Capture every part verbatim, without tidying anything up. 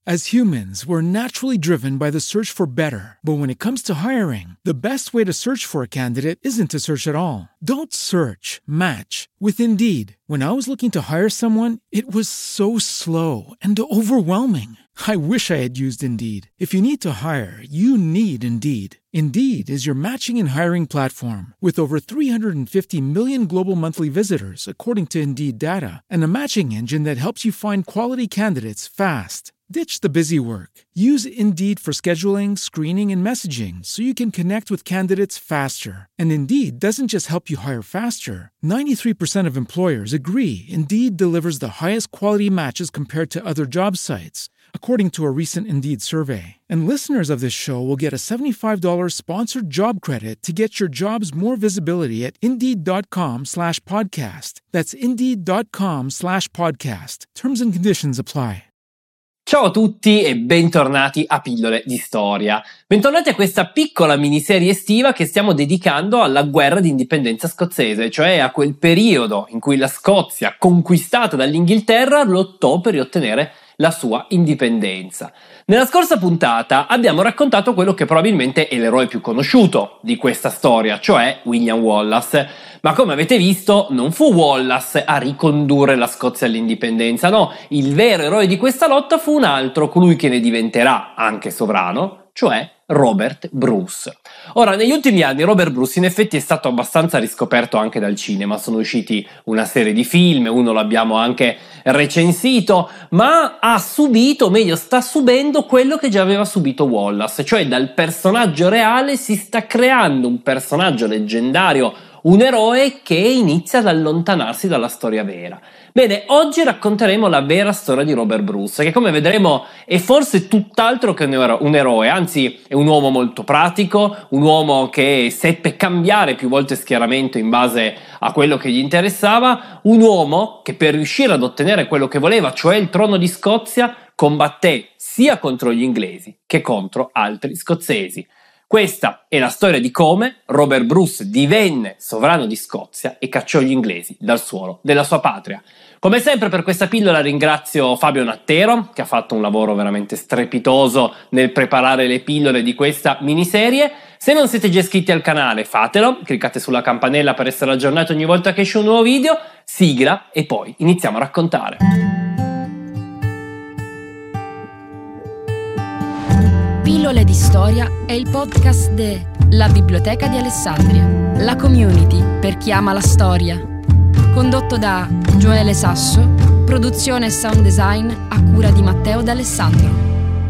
As humans, we're naturally driven by the search for better. But when it comes to hiring, the best way to search for a candidate isn't to search at all. Don't search, match with Indeed. When I was looking to hire someone, it was so slow and overwhelming. I wish I had used Indeed. If you need to hire, you need Indeed. Indeed is your matching and hiring platform with over three hundred fifty million global monthly visitors, according to Indeed data, and a matching engine that helps you find quality candidates fast. Ditch the busy work. Use Indeed for scheduling, screening, and messaging so you can connect with candidates faster. And Indeed doesn't just help you hire faster. ninety-three percent of employers agree Indeed delivers the highest quality matches compared to other job sites, according to a recent Indeed survey. And listeners of this show will get a seventy-five dollars sponsored job credit to get your jobs more visibility at Indeed.com slash podcast. That's Indeed.com slash podcast. Terms and conditions apply. Ciao a tutti e bentornati a Pillole di Storia. Bentornati a questa piccola miniserie estiva che stiamo dedicando alla guerra di indipendenza scozzese, cioè a quel periodo in cui la Scozia, conquistata dall'Inghilterra, lottò per ottenere la sua indipendenza. Nella scorsa puntata abbiamo raccontato quello che probabilmente è l'eroe più conosciuto di questa storia, cioè William Wallace. Ma come avete visto, non fu Wallace a ricondurre la Scozia all'indipendenza, no, il vero eroe di questa lotta fu un altro, colui che ne diventerà anche sovrano, cioè Robert Bruce. Ora, negli ultimi anni Robert Bruce in effetti è stato abbastanza riscoperto anche dal cinema, sono usciti una serie di film, uno l'abbiamo anche recensito, ma ha subito, o meglio sta subendo quello che già aveva subito Wallace, cioè dal personaggio reale si sta creando un personaggio leggendario, un eroe che inizia ad allontanarsi dalla storia vera. Bene, oggi racconteremo la vera storia di Robert Bruce, che come vedremo è forse tutt'altro che un, ero- un eroe, anzi è un uomo molto pratico, un uomo che seppe cambiare più volte schieramento in base a quello che gli interessava, un uomo che per riuscire ad ottenere quello che voleva, cioè il trono di Scozia, combatté sia contro gli inglesi che contro altri scozzesi. Questa è la storia di come Robert Bruce divenne sovrano di Scozia e cacciò gli inglesi dal suolo della sua patria. Come sempre per questa pillola ringrazio Fabio Nattero, che ha fatto un lavoro veramente strepitoso nel preparare le pillole di questa miniserie. Se non siete già iscritti al canale, fatelo, cliccate sulla campanella per essere aggiornati ogni volta che esce un nuovo video, sigla e poi iniziamo a raccontare. Pillole di Storia è il podcast de La Biblioteca di Alessandria, la community per chi ama la storia. Condotto da Gioele Sasso, produzione e sound design a cura di Matteo D'Alessandro.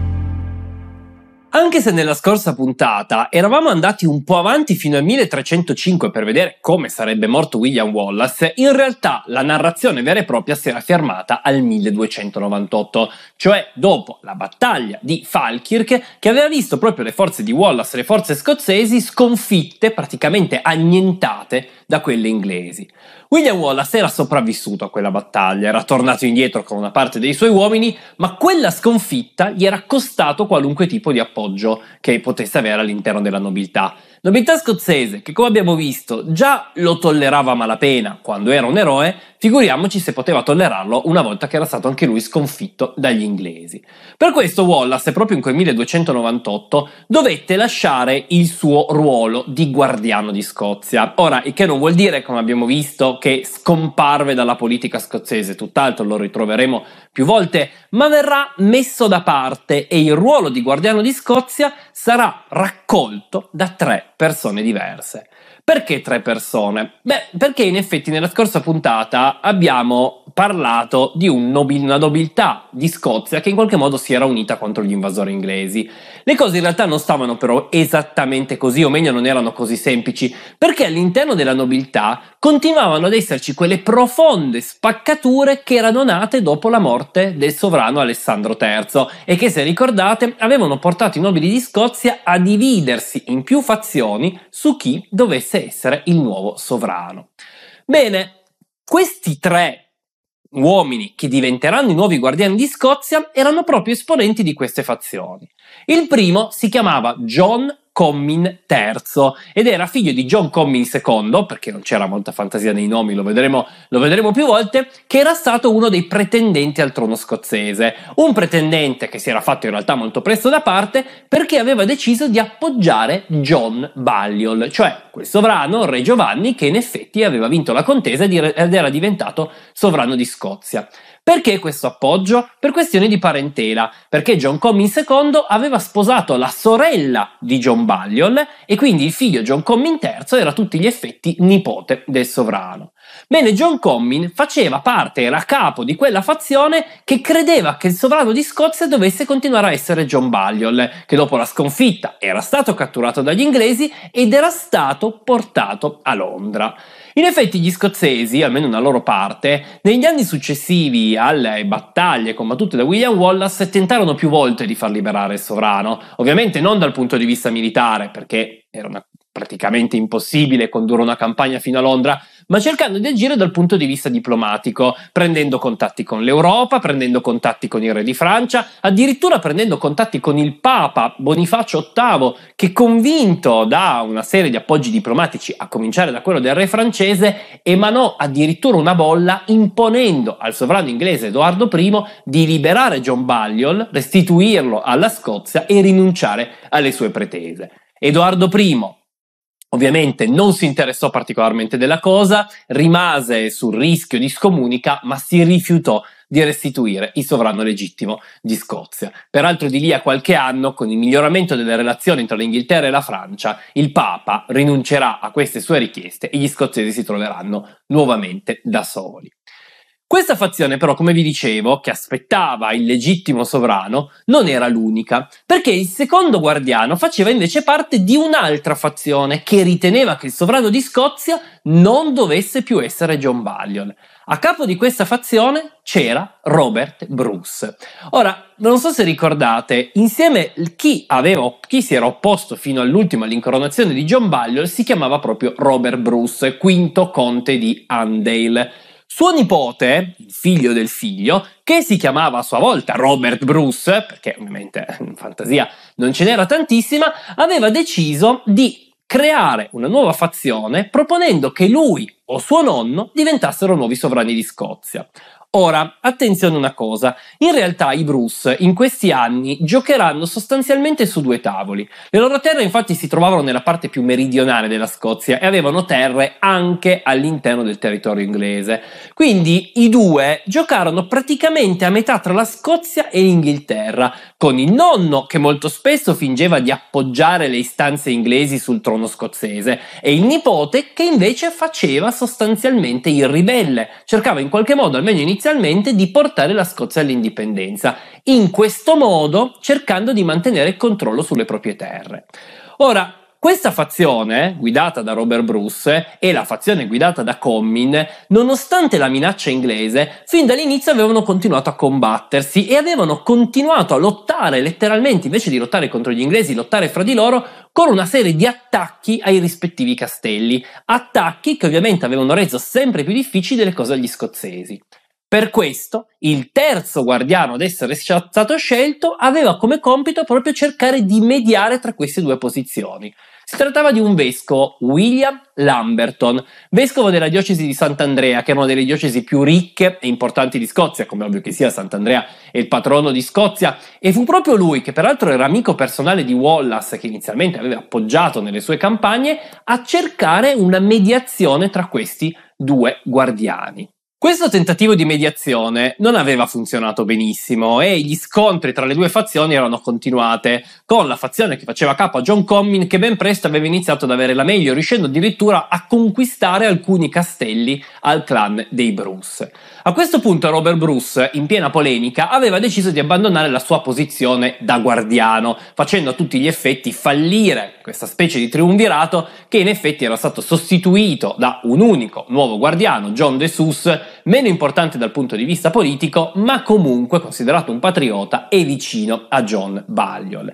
Anche se nella scorsa puntata eravamo andati un po' avanti fino al milletrecentocinque per vedere come sarebbe morto William Wallace, in realtà la narrazione vera e propria si era fermata al milleduecentonovantotto, cioè dopo la battaglia di Falkirk, che aveva visto proprio le forze di Wallace, le forze scozzesi, sconfitte, praticamente annientate da quelle inglesi. William Wallace era sopravvissuto a quella battaglia, era tornato indietro con una parte dei suoi uomini, ma quella sconfitta gli era costato qualunque tipo di appoggio che potesse avere all'interno della nobiltà. Nobiltà scozzese che, come abbiamo visto, già lo tollerava a malapena quando era un eroe, figuriamoci se poteva tollerarlo una volta che era stato anche lui sconfitto dagli inglesi. Per questo Wallace, proprio in quel milleduecentonovantotto, dovette lasciare il suo ruolo di guardiano di Scozia. Ora, il che non vuol dire, come abbiamo visto, che scomparve dalla politica scozzese, tutt'altro, lo ritroveremo più volte, ma verrà messo da parte e il ruolo di guardiano di Scozia sarà raccolto da tre persone diverse. Perché tre persone? Beh, perché in effetti nella scorsa puntata abbiamo parlato di un nobil- una nobiltà di Scozia che in qualche modo si era unita contro gli invasori inglesi. Le cose in realtà non stavano però esattamente così, o meglio non erano così semplici, perché all'interno della nobiltà continuavano ad esserci quelle profonde spaccature che erano nate dopo la morte del sovrano Alessandro terzo e che, se ricordate, avevano portato i nobili di Scozia a dividersi in più fazioni su chi dovesse essere il nuovo sovrano. Bene, questi tre uomini che diventeranno i nuovi guardiani di Scozia erano proprio esponenti di queste fazioni. Il primo si chiamava John Comyn terzo ed era figlio di John Comyn secondo, perché non c'era molta fantasia nei nomi, lo vedremo, lo vedremo più volte, che era stato uno dei pretendenti al trono scozzese, un pretendente che si era fatto in realtà molto presto da parte perché aveva deciso di appoggiare John Balliol, cioè quel sovrano, re Giovanni, che in effetti aveva vinto la contesa ed era diventato sovrano di Scozia. Perché questo appoggio? Per questioni di parentela, perché John Comyn secondo aveva sposato la sorella di John Balliol e quindi il figlio John Comyn terzo era a tutti gli effetti nipote del sovrano. Bene, John Comyn faceva parte, era capo di quella fazione che credeva che il sovrano di Scozia dovesse continuare a essere John Balliol, che dopo la sconfitta era stato catturato dagli inglesi ed era stato portato a Londra. In effetti gli scozzesi, almeno una loro parte, negli anni successivi alle battaglie combattute da William Wallace tentarono più volte di far liberare il sovrano, ovviamente non dal punto di vista militare, perché era una praticamente impossibile condurre una campagna fino a Londra, ma cercando di agire dal punto di vista diplomatico, prendendo contatti con l'Europa, prendendo contatti con il re di Francia, addirittura prendendo contatti con il Papa Bonifacio ottavo, che, convinto da una serie di appoggi diplomatici, a cominciare da quello del re francese, emanò addirittura una bolla imponendo al sovrano inglese Edoardo primo di liberare John Balliol, restituirlo alla Scozia e rinunciare alle sue pretese. Edoardo primo ovviamente non si interessò particolarmente della cosa, rimase sul rischio di scomunica, ma si rifiutò di restituire il sovrano legittimo di Scozia. Peraltro di lì a qualche anno, con il miglioramento delle relazioni tra l'Inghilterra e la Francia, il Papa rinuncerà a queste sue richieste e gli scozzesi si troveranno nuovamente da soli. Questa fazione però, come vi dicevo, che aspettava il legittimo sovrano, non era l'unica, perché il secondo guardiano faceva invece parte di un'altra fazione che riteneva che il sovrano di Scozia non dovesse più essere John Balliol. A capo di questa fazione c'era Robert Bruce. Ora, non so se ricordate, insieme chi, aveva, chi si era opposto fino all'ultimo all'incoronazione di John Balliol si chiamava proprio Robert Bruce, quinto conte di Andale. Suo nipote, il figlio del figlio, che si chiamava a sua volta Robert Bruce, perché ovviamente in fantasia non ce n'era tantissima, aveva deciso di creare una nuova fazione proponendo che lui o suo nonno diventassero nuovi sovrani di Scozia. Ora, attenzione una cosa, in realtà i Bruce in questi anni giocheranno sostanzialmente su due tavoli. Le loro terre infatti si trovavano nella parte più meridionale della Scozia e avevano terre anche all'interno del territorio inglese. Quindi i due giocarono praticamente a metà tra la Scozia e l'Inghilterra, con il nonno che molto spesso fingeva di appoggiare le istanze inglesi sul trono scozzese e il nipote che invece faceva sostanzialmente il ribelle, cercava in qualche modo, almeno inizialmente, inizialmente di portare la Scozia all'indipendenza, in questo modo cercando di mantenere il controllo sulle proprie terre. Ora, questa fazione, guidata da Robert Bruce, e la fazione guidata da Comyn, nonostante la minaccia inglese, fin dall'inizio avevano continuato a combattersi e avevano continuato a lottare, letteralmente, invece di lottare contro gli inglesi, lottare fra di loro, con una serie di attacchi ai rispettivi castelli, attacchi che ovviamente avevano reso sempre più difficili le cose agli scozzesi. Per questo, il terzo guardiano ad essere stato scelto aveva come compito proprio cercare di mediare tra queste due posizioni. Si trattava di un vescovo, William Lamberton, vescovo della diocesi di Sant'Andrea, che è una delle diocesi più ricche e importanti di Scozia, come ovvio che sia. Sant'Andrea è il patrono di Scozia, e fu proprio lui, che peraltro era amico personale di Wallace, che inizialmente aveva appoggiato nelle sue campagne, a cercare una mediazione tra questi due guardiani. Questo tentativo di mediazione non aveva funzionato benissimo e gli scontri tra le due fazioni erano continuate, con la fazione che faceva capo a John Comyn che ben presto aveva iniziato ad avere la meglio, riuscendo addirittura a conquistare alcuni castelli al clan dei Bruce. A questo punto Robert Bruce, in piena polemica, aveva deciso di abbandonare la sua posizione da guardiano, facendo a tutti gli effetti fallire questa specie di triumvirato che in effetti era stato sostituito da un unico nuovo guardiano, John de Sus, meno importante dal punto di vista politico, ma comunque considerato un patriota e vicino a John Balliol.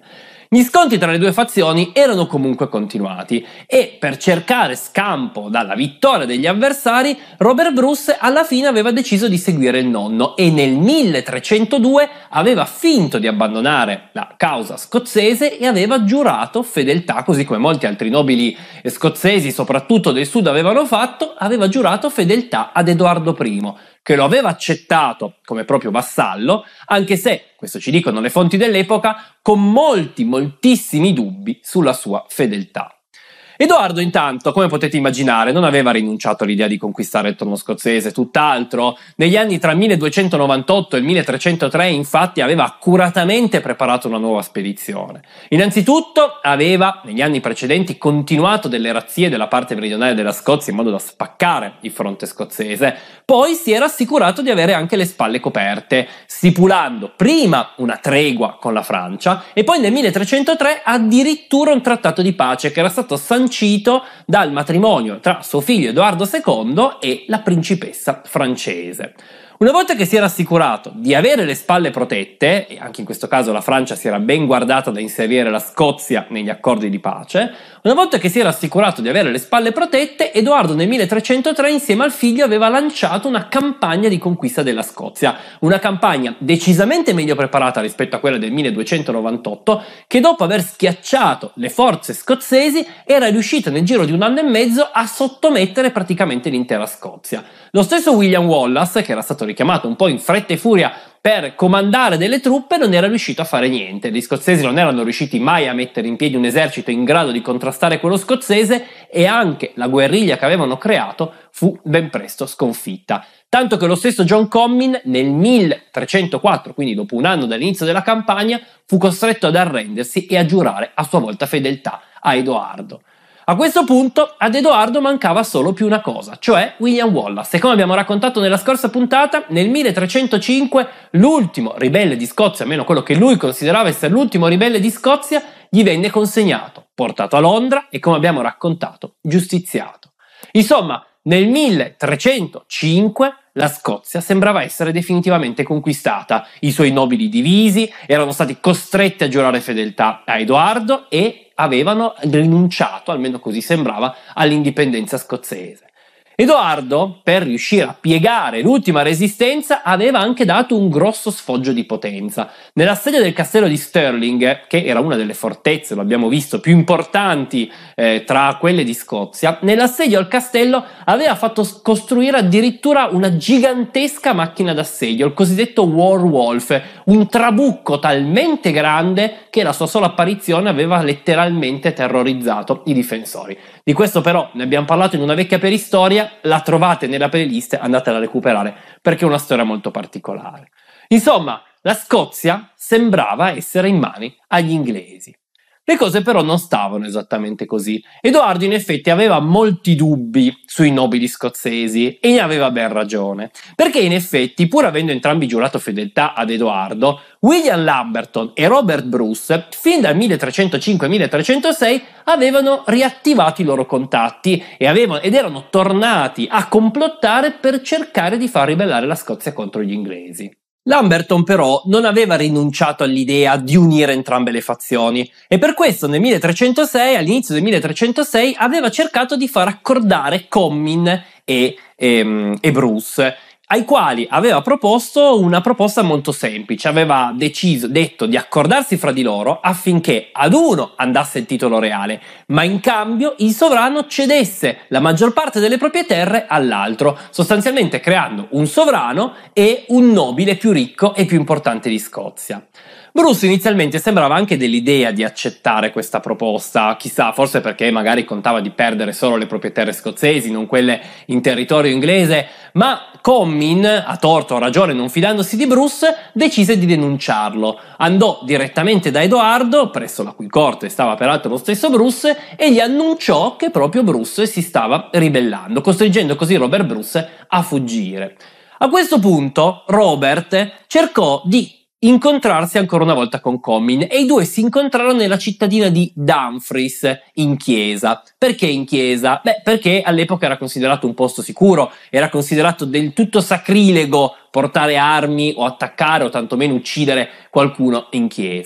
Gli scontri tra le due fazioni erano comunque continuati e per cercare scampo dalla vittoria degli avversari, Robert Bruce alla fine aveva deciso di seguire il nonno e nel milletrecentodue aveva finto di abbandonare la causa scozzese e aveva giurato fedeltà, così come molti altri nobili scozzesi, soprattutto del sud, avevano fatto, aveva giurato fedeltà ad Edoardo primo, che lo aveva accettato come proprio vassallo, anche se, questo ci dicono le fonti dell'epoca, con molti, moltissimi dubbi sulla sua fedeltà. Edoardo intanto, come potete immaginare, non aveva rinunciato all'idea di conquistare il trono scozzese, tutt'altro. Negli anni tra milleduecentonovantotto e il milletrecentotre, infatti, aveva accuratamente preparato una nuova spedizione. Innanzitutto aveva, negli anni precedenti, continuato delle razzie della parte meridionale della Scozia in modo da spaccare il fronte scozzese. Poi si era assicurato di avere anche le spalle coperte, stipulando prima una tregua con la Francia e poi nel milletrecentotre addirittura un trattato di pace che era stato sancito dal matrimonio tra suo figlio Edoardo secondo e la principessa francese. Una volta che si era assicurato di avere le spalle protette, e anche in questo caso la Francia si era ben guardata da inserire la Scozia negli accordi di pace, una volta che si era assicurato di avere le spalle protette, Edoardo nel milletrecentotre insieme al figlio aveva lanciato una campagna di conquista della Scozia, una campagna decisamente meglio preparata rispetto a quella del milleduecentonovantotto, che dopo aver schiacciato le forze scozzesi era riuscita nel giro di un anno e mezzo a sottomettere praticamente l'intera Scozia. Lo stesso William Wallace, che era stato richiamato un po' in fretta e furia per comandare delle truppe, non era riuscito a fare niente. Gli scozzesi non erano riusciti mai a mettere in piedi un esercito in grado di contrastare quello scozzese e anche la guerriglia che avevano creato fu ben presto sconfitta. Tanto che lo stesso John Comyn nel milletrecentoquattro, quindi dopo un anno dall'inizio della campagna, fu costretto ad arrendersi e a giurare a sua volta fedeltà a Edoardo. A questo punto ad Edoardo mancava solo più una cosa, cioè William Wallace, e come abbiamo raccontato nella scorsa puntata, nel milletrecentocinque l'ultimo ribelle di Scozia, almeno quello che lui considerava essere l'ultimo ribelle di Scozia, gli venne consegnato, portato a Londra e, come abbiamo raccontato, giustiziato. Insomma, nel milletrecentocinque la Scozia sembrava essere definitivamente conquistata, i suoi nobili divisi erano stati costretti a giurare fedeltà a Edoardo e avevano rinunciato, almeno così sembrava, all'indipendenza scozzese. Edoardo, per riuscire a piegare l'ultima resistenza, aveva anche dato un grosso sfoggio di potenza. Nell'assedio del castello di Stirling, che era una delle fortezze, lo abbiamo visto, più importanti eh, tra quelle di Scozia, nell'assedio al castello aveva fatto costruire addirittura una gigantesca macchina d'assedio, il cosiddetto War Wolf, un trabucco talmente grande che la sua sola apparizione aveva letteralmente terrorizzato i difensori. Di questo però ne abbiamo parlato in una vecchia peristoria, la trovate nella playlist, andatela a recuperare perché è una storia molto particolare. Insomma, la Scozia sembrava essere in mani agli inglesi. Le cose però non stavano esattamente così. Edoardo in effetti aveva molti dubbi sui nobili scozzesi e ne aveva ben ragione, perché in effetti, pur avendo entrambi giurato fedeltà ad Edoardo, William Lamberton e Robert Bruce, fin dal milletrecentocinque milletrecentosei, avevano riattivato i loro contatti e avevano, ed erano tornati a complottare per cercare di far ribellare la Scozia contro gli inglesi. Lamberton però non aveva rinunciato all'idea di unire entrambe le fazioni e per questo nel milletrecentosei, all'inizio del milletrecentosei, aveva cercato di far accordare Comyn e, e, e Bruce, ai quali aveva proposto una proposta molto semplice. Aveva deciso, detto di accordarsi fra di loro affinché ad uno andasse il titolo reale, ma in cambio il sovrano cedesse la maggior parte delle proprie terre all'altro, sostanzialmente creando un sovrano e un nobile più ricco e più importante di Scozia. Bruce inizialmente sembrava anche dell'idea di accettare questa proposta, chissà, forse perché magari contava di perdere solo le proprie terre scozzesi, non quelle in territorio inglese, ma Comyn, a torto o a ragione non fidandosi di Bruce, decise di denunciarlo. Andò direttamente da Edoardo, presso la cui corte stava peraltro lo stesso Bruce, e gli annunciò che proprio Bruce si stava ribellando, costringendo così Robert Bruce a fuggire. A questo punto Robert cercò di incontrarsi ancora una volta con Comyn e i due si incontrarono nella cittadina di Dumfries, in chiesa. Perché in chiesa? Beh, perché all'epoca era considerato un posto sicuro, era considerato del tutto sacrilego portare armi o attaccare o tantomeno uccidere qualcuno in chiesa.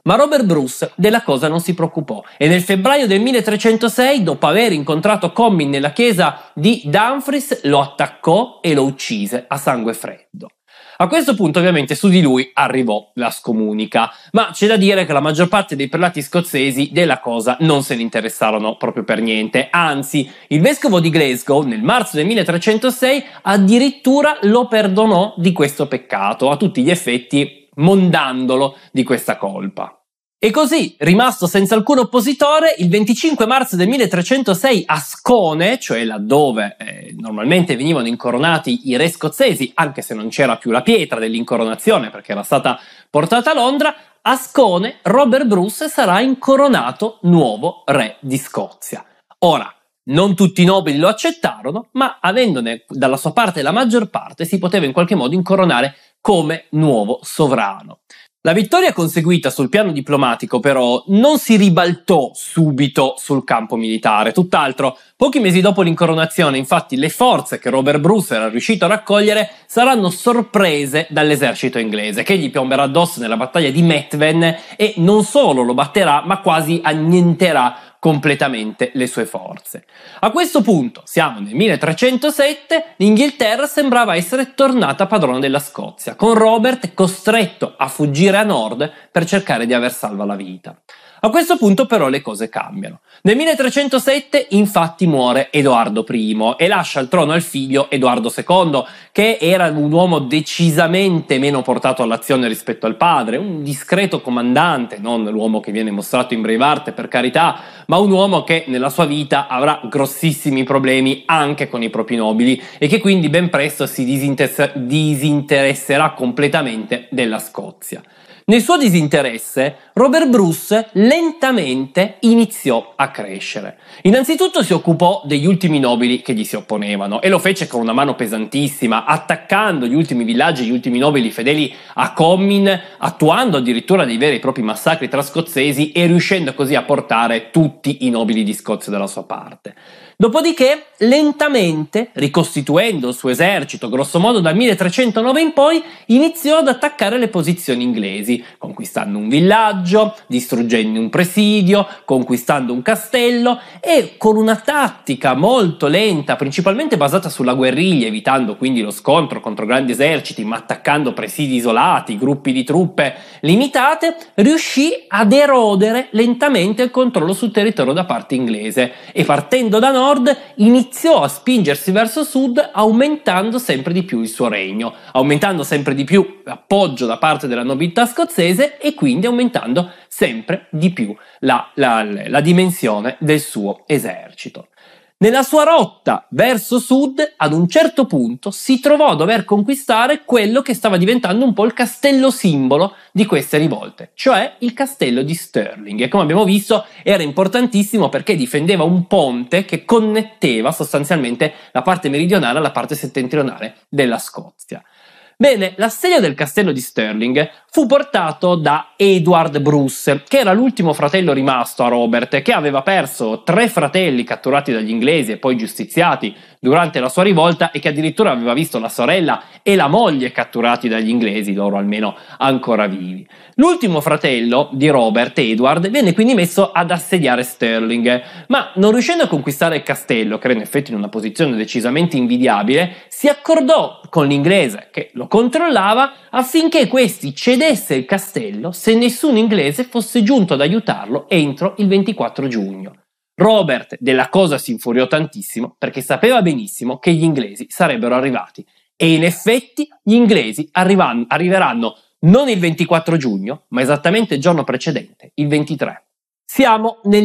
Ma Robert Bruce della cosa non si preoccupò e nel febbraio del milletrecentosei, dopo aver incontrato Comyn nella chiesa di Dumfries, lo attaccò e lo uccise a sangue freddo. A questo punto ovviamente su di lui arrivò la scomunica, ma c'è da dire che la maggior parte dei prelati scozzesi della cosa non se ne interessarono proprio per niente, anzi il vescovo di Glasgow nel marzo del milletrecentosei addirittura lo perdonò di questo peccato, a tutti gli effetti mondandolo di questa colpa. E così, rimasto senza alcun oppositore, il venticinque marzo del milletrecentosei a Scone, cioè laddove eh, normalmente venivano incoronati i re scozzesi, anche se non c'era più la pietra dell'incoronazione perché era stata portata a Londra, a Scone Robert Bruce sarà incoronato nuovo re di Scozia. Ora, non tutti i nobili lo accettarono, ma avendone dalla sua parte la maggior parte, si poteva in qualche modo incoronare come nuovo sovrano. La vittoria conseguita sul piano diplomatico però non si ribaltò subito sul campo militare, tutt'altro pochi mesi dopo l'incoronazione infatti le forze che Robert Bruce era riuscito a raccogliere saranno sorprese dall'esercito inglese che gli piomberà addosso nella battaglia di Methven e non solo lo batterà ma quasi annienterà completamente le sue forze. A questo punto, siamo nel milletrecentosette, l'Inghilterra sembrava essere tornata padrona della Scozia, con Robert costretto a fuggire a nord per cercare di aver salva la vita. A questo punto però le cose cambiano. Nel milletrecentosette infatti muore Edoardo primo e lascia il trono al figlio Edoardo secondo, che era un uomo decisamente meno portato all'azione rispetto al padre, un discreto comandante, non l'uomo che viene mostrato in Braveheart per carità, ma un uomo che nella sua vita avrà grossissimi problemi anche con i propri nobili e che quindi ben presto si disinter- disinteresserà completamente della Scozia. Nel suo disinteresse, Robert Bruce lentamente iniziò a crescere. Innanzitutto si occupò degli ultimi nobili che gli si opponevano e lo fece con una mano pesantissima, attaccando gli ultimi villaggi e gli ultimi nobili fedeli a Comyn, attuando addirittura dei veri e propri massacri tra scozzesi e riuscendo così a portare tutti i nobili di Scozia dalla sua parte. Dopodiché, lentamente, ricostituendo il suo esercito, grossomodo dal milletrecentonove in poi, iniziò ad attaccare le posizioni inglesi, conquistando un villaggio, distruggendo un presidio, conquistando un castello e con una tattica molto lenta, principalmente basata sulla guerriglia, evitando quindi lo scontro contro grandi eserciti, ma attaccando presidi isolati, gruppi di truppe limitate, riuscì ad erodere lentamente il controllo sul territorio da parte inglese e partendo da nord iniziò a spingersi verso sud aumentando sempre di più il suo regno, aumentando sempre di più l'appoggio da parte della nobiltà scozzese e quindi aumentando sempre di più la, la, la dimensione del suo esercito. Nella sua rotta verso sud, ad un certo punto, si trovò a dover conquistare quello che stava diventando un po' il castello simbolo di queste rivolte, cioè il castello di Stirling, e come abbiamo visto era importantissimo perché difendeva un ponte che connetteva sostanzialmente la parte meridionale alla parte settentrionale della Scozia. Bene, l'assedio del castello di Stirling fu portato da Edward Bruce, che era l'ultimo fratello rimasto a Robert, che aveva perso tre fratelli catturati dagli inglesi e poi giustiziati durante la sua rivolta e che addirittura aveva visto la sorella e la moglie catturati dagli inglesi, loro almeno ancora vivi. L'ultimo fratello di Robert, Edward, venne quindi messo ad assediare Stirling, ma non riuscendo a conquistare il castello, che era in effetti in una posizione decisamente invidiabile, si accordò con l'inglese che lo controllava affinché questi cedesse il castello se nessun inglese fosse giunto ad aiutarlo entro il ventiquattro giugno. Robert della cosa si infuriò tantissimo perché sapeva benissimo che gli inglesi sarebbero arrivati e in effetti gli inglesi arrivan- arriveranno non il ventiquattro giugno, ma esattamente il giorno precedente, il ventitré. Siamo nel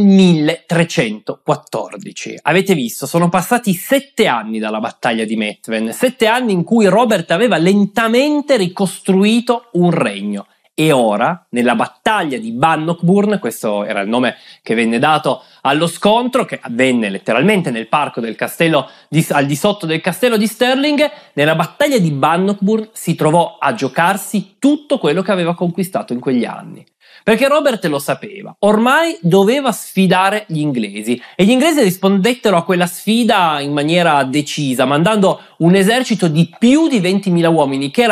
milletrecentoquattordici. Avete visto, sono passati sette anni dalla battaglia di Methven, sette anni in cui Robert aveva lentamente ricostruito un regno. E ora, nella battaglia di Bannockburn, questo era il nome che venne dato allo scontro, che avvenne letteralmente nel parco del castello, di, al di sotto del castello di Stirling, nella battaglia di Bannockburn si trovò a giocarsi tutto quello che aveva conquistato in quegli anni. Perché Robert lo sapeva, ormai doveva sfidare gli inglesi e gli inglesi rispondettero a quella sfida in maniera decisa, mandando un esercito di più di ventimila uomini che era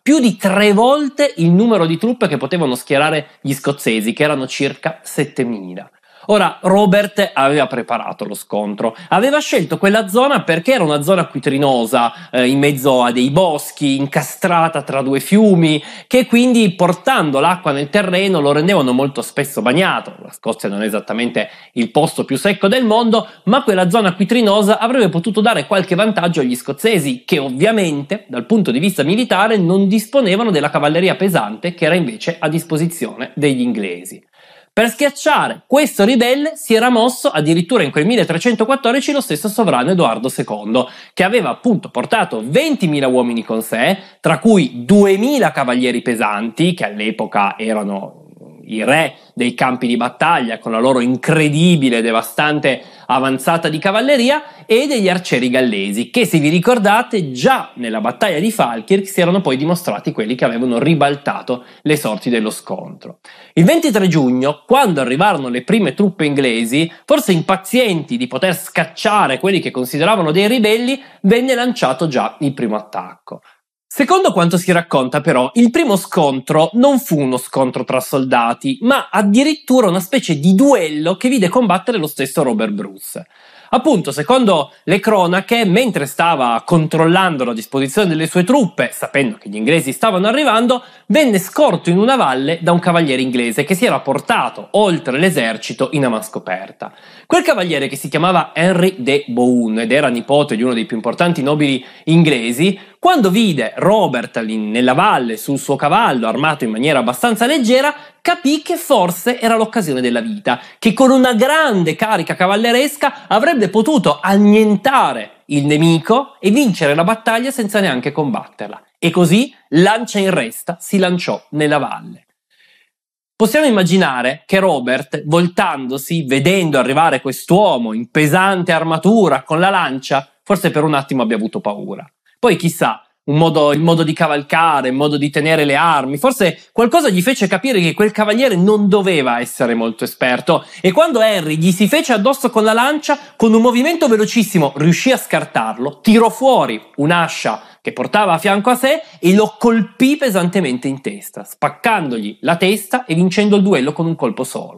più di tre volte il numero di truppe che potevano schierare gli scozzesi, che erano circa settemila. Ora, Robert aveva preparato lo scontro, aveva scelto quella zona perché era una zona acquitrinosa, eh, in mezzo a dei boschi, incastrata tra due fiumi, che quindi portando l'acqua nel terreno lo rendevano molto spesso bagnato. La Scozia non è esattamente il posto più secco del mondo, ma quella zona acquitrinosa avrebbe potuto dare qualche vantaggio agli scozzesi, che ovviamente, dal punto di vista militare, non disponevano della cavalleria pesante che era invece a disposizione degli inglesi. Per schiacciare questo ribelle si era mosso addirittura in quel milletrecentoquattordici lo stesso sovrano Edoardo secondo, che aveva appunto portato ventimila uomini con sé, tra cui duemila cavalieri pesanti, che all'epoca erano i re dei campi di battaglia con la loro incredibile e devastante avanzata di cavalleria, e degli arcieri gallesi, che, se vi ricordate, già nella battaglia di Falkirk si erano poi dimostrati quelli che avevano ribaltato le sorti dello scontro. Il ventitré giugno, quando arrivarono le prime truppe inglesi, forse impazienti di poter scacciare quelli che consideravano dei ribelli, venne lanciato già il primo attacco. Secondo quanto si racconta, però, il primo scontro non fu uno scontro tra soldati, ma addirittura una specie di duello che vide combattere lo stesso Robert Bruce. Appunto, secondo le cronache, mentre stava controllando la disposizione delle sue truppe, sapendo che gli inglesi stavano arrivando, venne scorto in una valle da un cavaliere inglese che si era portato oltre l'esercito in ama scoperta. Quel cavaliere, che si chiamava Henry de Bohun ed era nipote di uno dei più importanti nobili inglesi, quando vide Robert nella valle sul suo cavallo armato in maniera abbastanza leggera, capì che forse era l'occasione della vita, che con una grande carica cavalleresca avrebbe potuto annientare il nemico e vincere la battaglia senza neanche combatterla. E così, lancia in resta, si lanciò nella valle. Possiamo immaginare che Robert, voltandosi, vedendo arrivare quest'uomo in pesante armatura con la lancia, forse per un attimo abbia avuto paura. Poi chissà, un modo, il modo di cavalcare, il modo di tenere le armi, forse qualcosa gli fece capire che quel cavaliere non doveva essere molto esperto, e quando Henry gli si fece addosso con la lancia, con un movimento velocissimo riuscì a scartarlo, tirò fuori un'ascia che portava a fianco a sé e lo colpì pesantemente in testa, spaccandogli la testa e vincendo il duello con un colpo solo.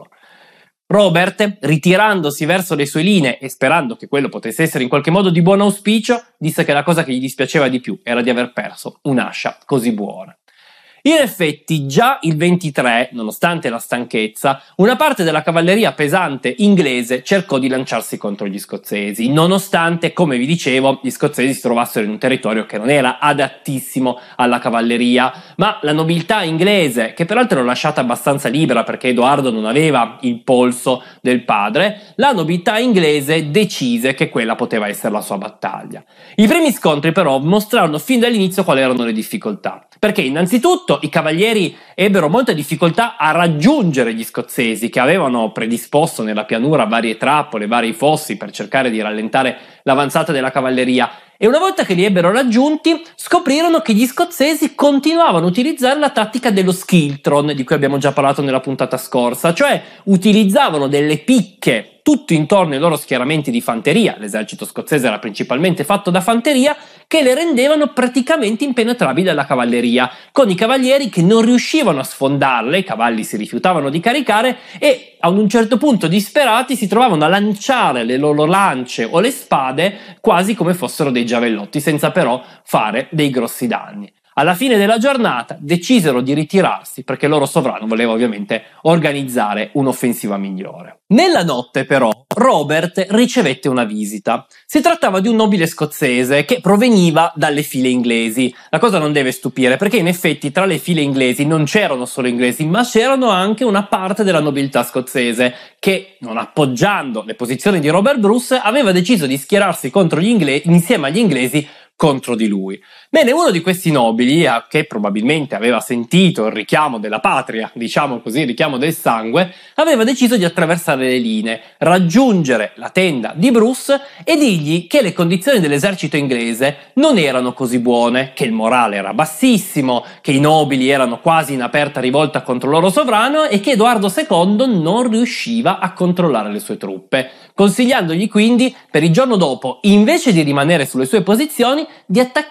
Robert, ritirandosi verso le sue linee e sperando che quello potesse essere in qualche modo di buon auspicio, disse che la cosa che gli dispiaceva di più era di aver perso un'ascia così buona. In effetti, già il ventitré, nonostante la stanchezza, una parte della cavalleria pesante inglese cercò di lanciarsi contro gli scozzesi, nonostante, come vi dicevo, gli scozzesi si trovassero in un territorio che non era adattissimo alla cavalleria, ma la nobiltà inglese, che peraltro era lasciata abbastanza libera perché Edoardo non aveva il polso del padre, la nobiltà inglese decise che quella poteva essere la sua battaglia. I primi scontri però mostrarono fin dall'inizio quali erano le difficoltà, perché innanzitutto i cavalieri ebbero molta difficoltà a raggiungere gli scozzesi, che avevano predisposto nella pianura varie trappole, vari fossi per cercare di rallentare l'avanzata della cavalleria, e una volta che li ebbero raggiunti scoprirono che gli scozzesi continuavano a utilizzare la tattica dello skiltron, di cui abbiamo già parlato nella puntata scorsa, cioè utilizzavano delle picche tutto intorno ai loro schieramenti di fanteria, l'esercito scozzese era principalmente fatto da fanteria, che le rendevano praticamente impenetrabili alla cavalleria, con i cavalieri che non riuscivano a sfondarle, i cavalli si rifiutavano di caricare e a un certo punto disperati si trovavano a lanciare le loro lance o le spade quasi come fossero dei giavellotti, senza però fare dei grossi danni. Alla fine della giornata decisero di ritirarsi perché il loro sovrano voleva ovviamente organizzare un'offensiva migliore. Nella notte però Robert ricevette una visita. Si trattava di un nobile scozzese che proveniva dalle file inglesi. La cosa non deve stupire perché in effetti tra le file inglesi non c'erano solo inglesi, ma c'erano anche una parte della nobiltà scozzese che, non appoggiando le posizioni di Robert Bruce, aveva deciso di schierarsi contro gli inglesi, insieme agli inglesi contro di lui. Bene, uno di questi nobili, che probabilmente aveva sentito il richiamo della patria, diciamo così, il richiamo del sangue, aveva deciso di attraversare le linee, raggiungere la tenda di Bruce e dirgli che le condizioni dell'esercito inglese non erano così buone, che il morale era bassissimo, che i nobili erano quasi in aperta rivolta contro il loro sovrano e che Edoardo secondo non riusciva a controllare le sue truppe, consigliandogli quindi per il giorno dopo, invece di rimanere sulle sue posizioni, di attaccare direttamente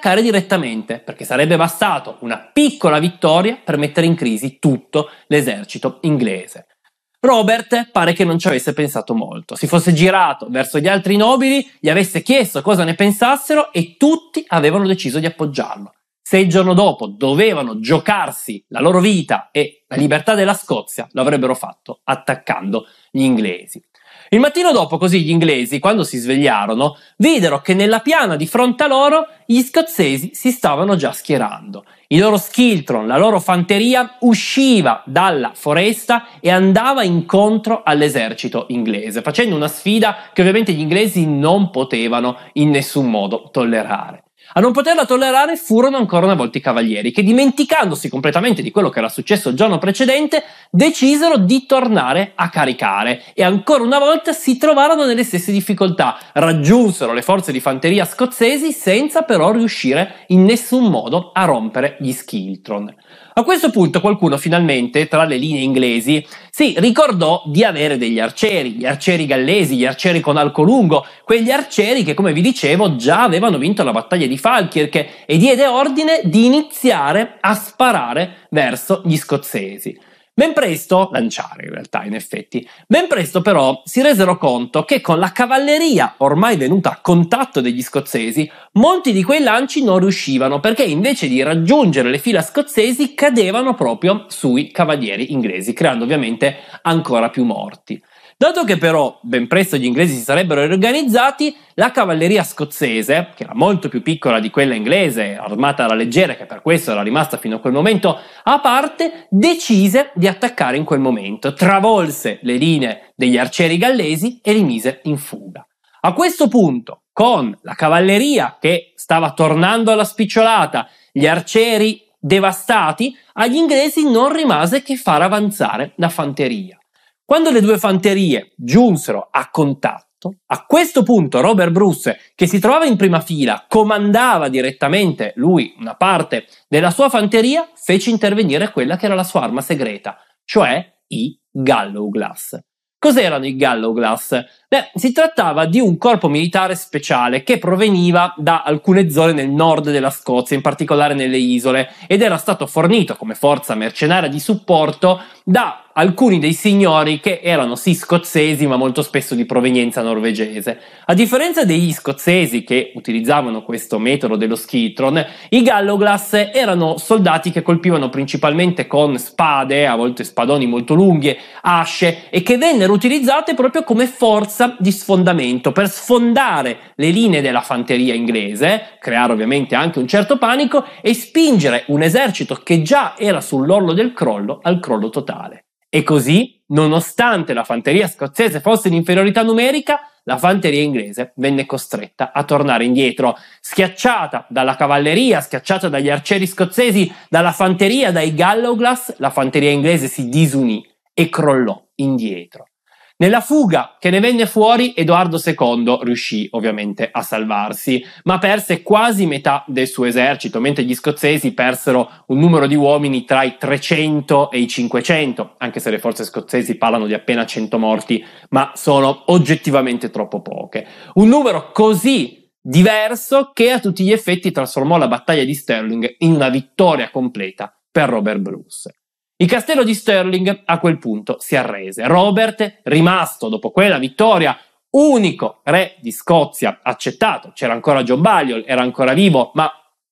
direttamente, perché sarebbe bastato una piccola vittoria per mettere in crisi tutto l'esercito inglese. Robert pare che non ci avesse pensato molto, si fosse girato verso gli altri nobili, gli avesse chiesto cosa ne pensassero e tutti avevano deciso di appoggiarlo. Se il giorno dopo dovevano giocarsi la loro vita e la libertà della Scozia, lo avrebbero fatto attaccando gli inglesi. Il mattino dopo, così, gli inglesi, quando si svegliarono, videro che nella piana di fronte a loro gli scozzesi si stavano già schierando. I loro schiltron, la loro fanteria usciva dalla foresta e andava incontro all'esercito inglese, facendo una sfida che ovviamente gli inglesi non potevano in nessun modo tollerare. A non poterla tollerare furono ancora una volta i cavalieri, che dimenticandosi completamente di quello che era successo il giorno precedente, decisero di tornare a caricare e ancora una volta si trovarono nelle stesse difficoltà. Raggiunsero le forze di fanteria scozzesi senza però riuscire in nessun modo a rompere gli schiltron. A questo punto qualcuno finalmente, tra le linee inglesi, si ricordò di avere degli arcieri, gli arcieri gallesi, gli arcieri con arco lungo, quegli arcieri che, come vi dicevo, già avevano vinto la battaglia di Falkirk, e diede ordine di iniziare a sparare verso gli scozzesi. Ben presto, lanciare in realtà, in effetti, ben presto però si resero conto che con la cavalleria ormai venuta a contatto degli scozzesi, molti di quei lanci non riuscivano, perché invece di raggiungere le fila scozzesi cadevano proprio sui cavalieri inglesi, creando ovviamente ancora più morti. Dato che però ben presto gli inglesi si sarebbero riorganizzati, la cavalleria scozzese, che era molto più piccola di quella inglese, armata alla leggera, che per questo era rimasta fino a quel momento a parte, decise di attaccare in quel momento, travolse le linee degli arcieri gallesi e li mise in fuga. A questo punto, con la cavalleria che stava tornando alla spicciolata, gli arcieri devastati, agli inglesi non rimase che far avanzare la fanteria. Quando le due fanterie giunsero a contatto, a questo punto Robert Bruce, che si trovava in prima fila, comandava direttamente lui una parte della sua fanteria, fece intervenire quella che era la sua arma segreta, cioè i Gallowglass. Cos'erano i Gallowglass? Beh, si trattava di un corpo militare speciale che proveniva da alcune zone nel nord della Scozia, in particolare nelle isole, ed era stato fornito come forza mercenaria di supporto da alcuni dei signori che erano sì scozzesi ma molto spesso di provenienza norvegese. A differenza degli scozzesi che utilizzavano questo metodo dello schiltron, i Gallowglass erano soldati che colpivano principalmente con spade, a volte spadoni molto lunghi, asce, e che vennero utilizzate proprio come forza di sfondamento per sfondare le linee della fanteria inglese, creare ovviamente anche un certo panico e spingere un esercito che già era sull'orlo del crollo al crollo totale. E così, nonostante la fanteria scozzese fosse in inferiorità numerica, la fanteria inglese venne costretta a tornare indietro, schiacciata dalla cavalleria, schiacciata dagli arcieri scozzesi, dalla fanteria, dai Gallowglass. La fanteria inglese si disunì e crollò indietro. Nella fuga che ne venne fuori, Edoardo secondo riuscì ovviamente a salvarsi, ma perse quasi metà del suo esercito, mentre gli scozzesi persero un numero di uomini tra i trecento e i cinquecento, anche se le forze scozzesi parlano di appena cento morti, ma sono oggettivamente troppo poche. Un numero così diverso che a tutti gli effetti trasformò la battaglia di Stirling in una vittoria completa per Robert Bruce. Il castello di Stirling a quel punto si arrese. Robert, rimasto dopo quella vittoria unico re di Scozia accettato, c'era ancora John Balliol, era ancora vivo, ma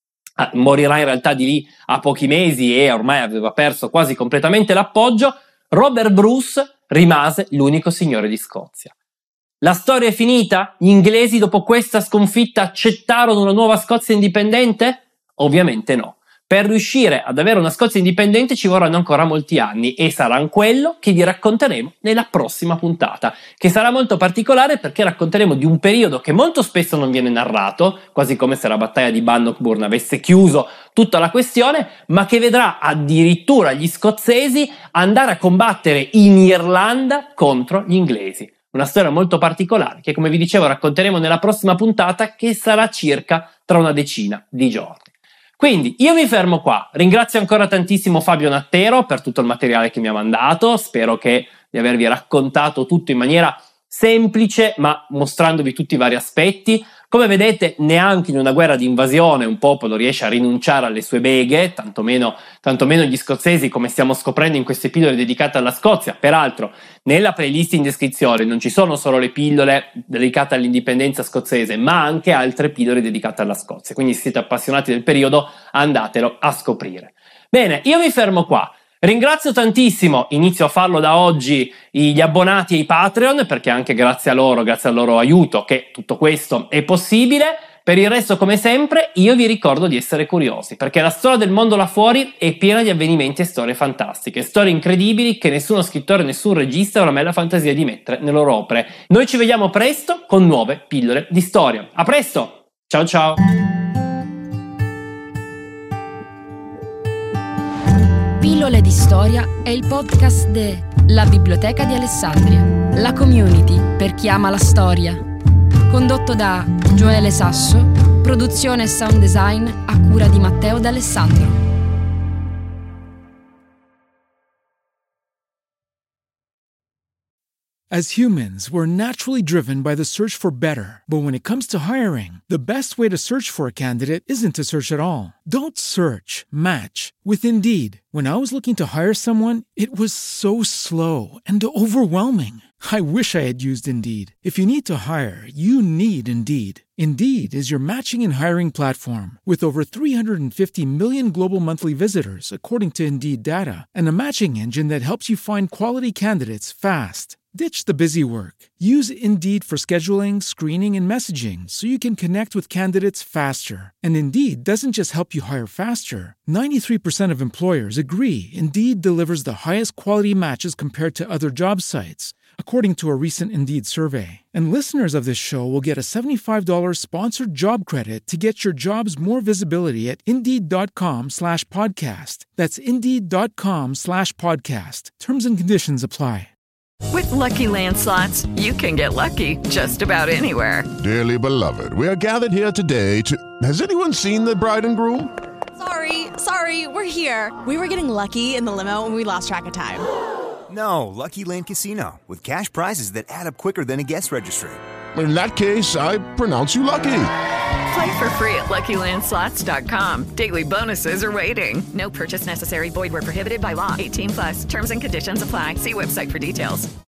morirà in realtà di lì a pochi mesi e ormai aveva perso quasi completamente l'appoggio. Robert Bruce rimase l'unico signore di Scozia. La storia è finita? Gli inglesi dopo questa sconfitta accettarono una nuova Scozia indipendente? Ovviamente no. Per riuscire ad avere una Scozia indipendente ci vorranno ancora molti anni e saranno quello che vi racconteremo nella prossima puntata, che sarà molto particolare perché racconteremo di un periodo che molto spesso non viene narrato, quasi come se la battaglia di Bannockburn avesse chiuso tutta la questione, ma che vedrà addirittura gli scozzesi andare a combattere in Irlanda contro gli inglesi. Una storia molto particolare che, come vi dicevo, racconteremo nella prossima puntata, che sarà circa tra una decina di giorni. Quindi io mi fermo qua, ringrazio ancora tantissimo Fabio Nattero per tutto il materiale che mi ha mandato, spero che di avervi raccontato tutto in maniera semplice ma mostrandovi tutti i vari aspetti. Come vedete, neanche in una guerra di invasione un popolo riesce a rinunciare alle sue beghe, tantomeno, tantomeno gli scozzesi, come stiamo scoprendo in queste pillole dedicate alla Scozia. Peraltro, nella playlist in descrizione non ci sono solo le pillole dedicate all'indipendenza scozzese, ma anche altre pillole dedicate alla Scozia. Quindi se siete appassionati del periodo, andatelo a scoprire. Bene, io mi fermo qua. Ringrazio tantissimo, inizio a farlo da oggi, gli abbonati ai Patreon, perché anche grazie a loro, grazie al loro aiuto, che tutto questo è possibile. Per il resto, come sempre, io vi ricordo di essere curiosi, perché la storia del mondo là fuori è piena di avvenimenti e storie fantastiche, storie incredibili che nessuno scrittore, nessun regista avrà mai la fantasia di mettere nelle loro opere. Noi ci vediamo presto con nuove pillole di storia. A presto! Ciao ciao! Pillole di storia è il podcast de La Biblioteca di Alessandria, la community per chi ama la storia. Condotto da Gioele Sasso, produzione e sound design a cura di Matteo D'Alessandro. As humans, we're naturally driven by the search for better. But when it comes to hiring, the best way to search for a candidate isn't to search at all. Don't search, match with Indeed. When I was looking to hire someone, it was so slow and overwhelming. I wish I had used Indeed. If you need to hire, you need Indeed. Indeed is your matching and hiring platform with over three hundred fifty million global monthly visitors, according to Indeed data, and a matching engine that helps you find quality candidates fast. Ditch the busy work. Use Indeed for scheduling, screening, and messaging so you can connect with candidates faster. And Indeed doesn't just help you hire faster. ninety-three percent of employers agree Indeed delivers the highest quality matches compared to other job sites, according to a recent Indeed survey. And listeners of this show will get a seventy-five dollars sponsored job credit to get your jobs more visibility at Indeed.com slash podcast. That's Indeed.com slash podcast. Terms and conditions apply. With Lucky Land Slots, you can get lucky just about anywhere. Dearly beloved, we are gathered here today to... Has anyone seen the bride and groom? Sorry, sorry, we're here. We were getting lucky in the limo and we lost track of time. No, Lucky Land Casino, with cash prizes that add up quicker than a guest registry. In that case, I pronounce you lucky. Play for free at Lucky Land Slots dot com. Daily bonuses are waiting. No purchase necessary. Void where prohibited by law. eighteen plus. Terms and conditions apply. See website for details.